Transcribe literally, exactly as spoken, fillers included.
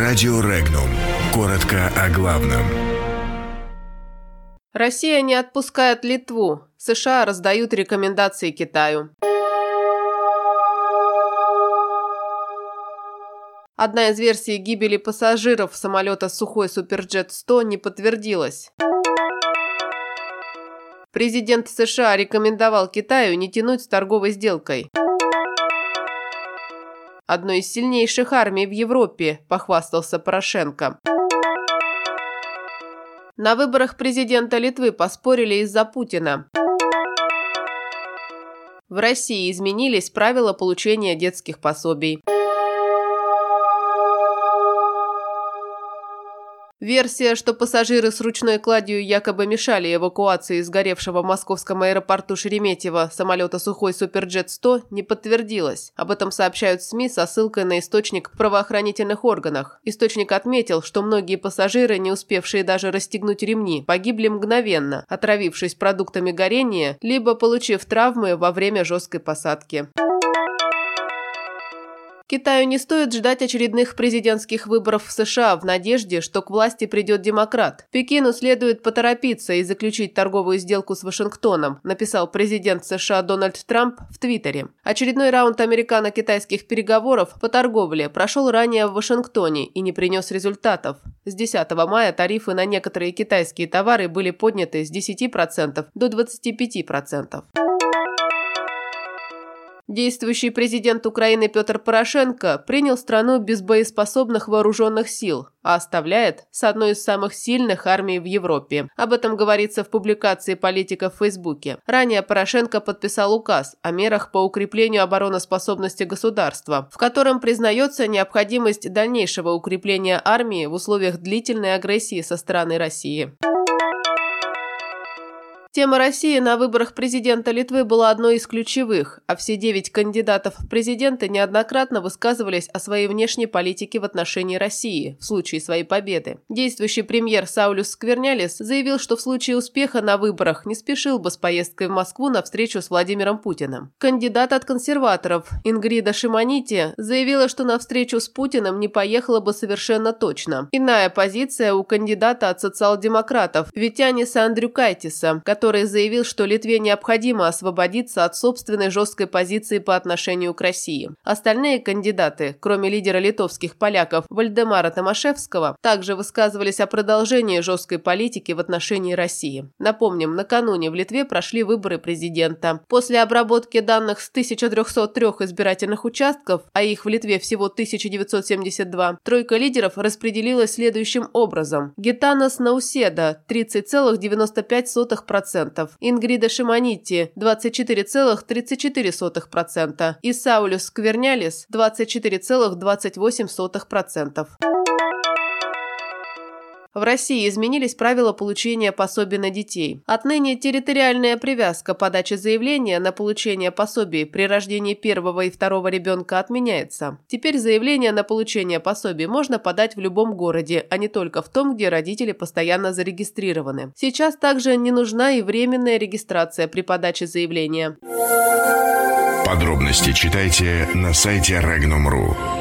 Радио Регнум. Коротко о главном. Россия не отпускает Литву. США раздают рекомендации Китаю. Одна из версий гибели пассажиров самолета Сухой Суперджет сто не подтвердилась. Президент США рекомендовал Китаю не тянуть с торговой сделкой. Одной из сильнейших армий в Европе, похвастался Порошенко. На выборах президента Литвы поспорили из-за Путина. В России изменились правила получения детских пособий. Версия, что пассажиры с ручной кладью якобы мешали эвакуации сгоревшего в московском аэропорту Шереметьево самолета Сухой Суперджет сто, не подтвердилась. Об этом сообщают СМИ со ссылкой на источник в правоохранительных органах. Источник отметил, что многие пассажиры, не успевшие даже расстегнуть ремни, погибли мгновенно, отравившись продуктами горения, либо получив травмы во время жесткой посадки. Китаю не стоит ждать очередных президентских выборов в США в надежде, что к власти придет демократ. Пекину следует поторопиться и заключить торговую сделку с Вашингтоном, написал президент США Дональд Трамп в Твиттере. Очередной раунд американо-китайских переговоров по торговле прошел ранее в Вашингтоне и не принес результатов. С десятого мая тарифы на некоторые китайские товары были подняты с десяти процентов до двадцати пяти процентов. Действующий президент Украины Петр Порошенко принял страну без боеспособных вооруженных сил, а оставляет с одной из самых сильных армий в Европе. Об этом говорится в публикации политика в Фейсбуке. Ранее Порошенко подписал указ о мерах по укреплению обороноспособности государства, в котором признается необходимость дальнейшего укрепления армии в условиях длительной агрессии со стороны России. Тема России на выборах президента Литвы была одной из ключевых, а все девять кандидатов в президенты неоднократно высказывались о своей внешней политике в отношении России в случае своей победы. Действующий премьер Саулюс Сквернялис заявил, что в случае успеха на выборах не спешил бы с поездкой в Москву на встречу с Владимиром Путиным. Кандидат от консерваторов Ингрида Шимоняти заявила, что на встречу с Путиным не поехала бы совершенно точно. Иная позиция у кандидата от социал-демократов Витяниса Андрюкайтиса, который который заявил, что Литве необходимо освободиться от собственной жесткой позиции по отношению к России. Остальные кандидаты, кроме лидера литовских поляков Вальдемара Томашевского, также высказывались о продолжении жесткой политики в отношении России. Напомним, накануне в Литве прошли выборы президента. После обработки данных с тысячи трёхсот трёх избирательных участков, а их в Литве всего тысяча девятьсот семьдесят два, тройка лидеров распределилась следующим образом. Гитанас Науседа – тридцать целых девяносто пять сотых процента. Ингрида Шимоняти – двадцать четыре целых тридцать четыре сотых процента и Саулюс Сквернялис – двадцать четыре целых двадцать восемь сотых процента. В России изменились правила получения пособий на детей. Отныне территориальная привязка подачи заявления на получение пособий при рождении первого и второго ребенка отменяется. Теперь заявление на получение пособий можно подать в любом городе, а не только в том, где родители постоянно зарегистрированы. Сейчас также не нужна и временная регистрация при подаче заявления. Подробности читайте на сайте регнум точка ру.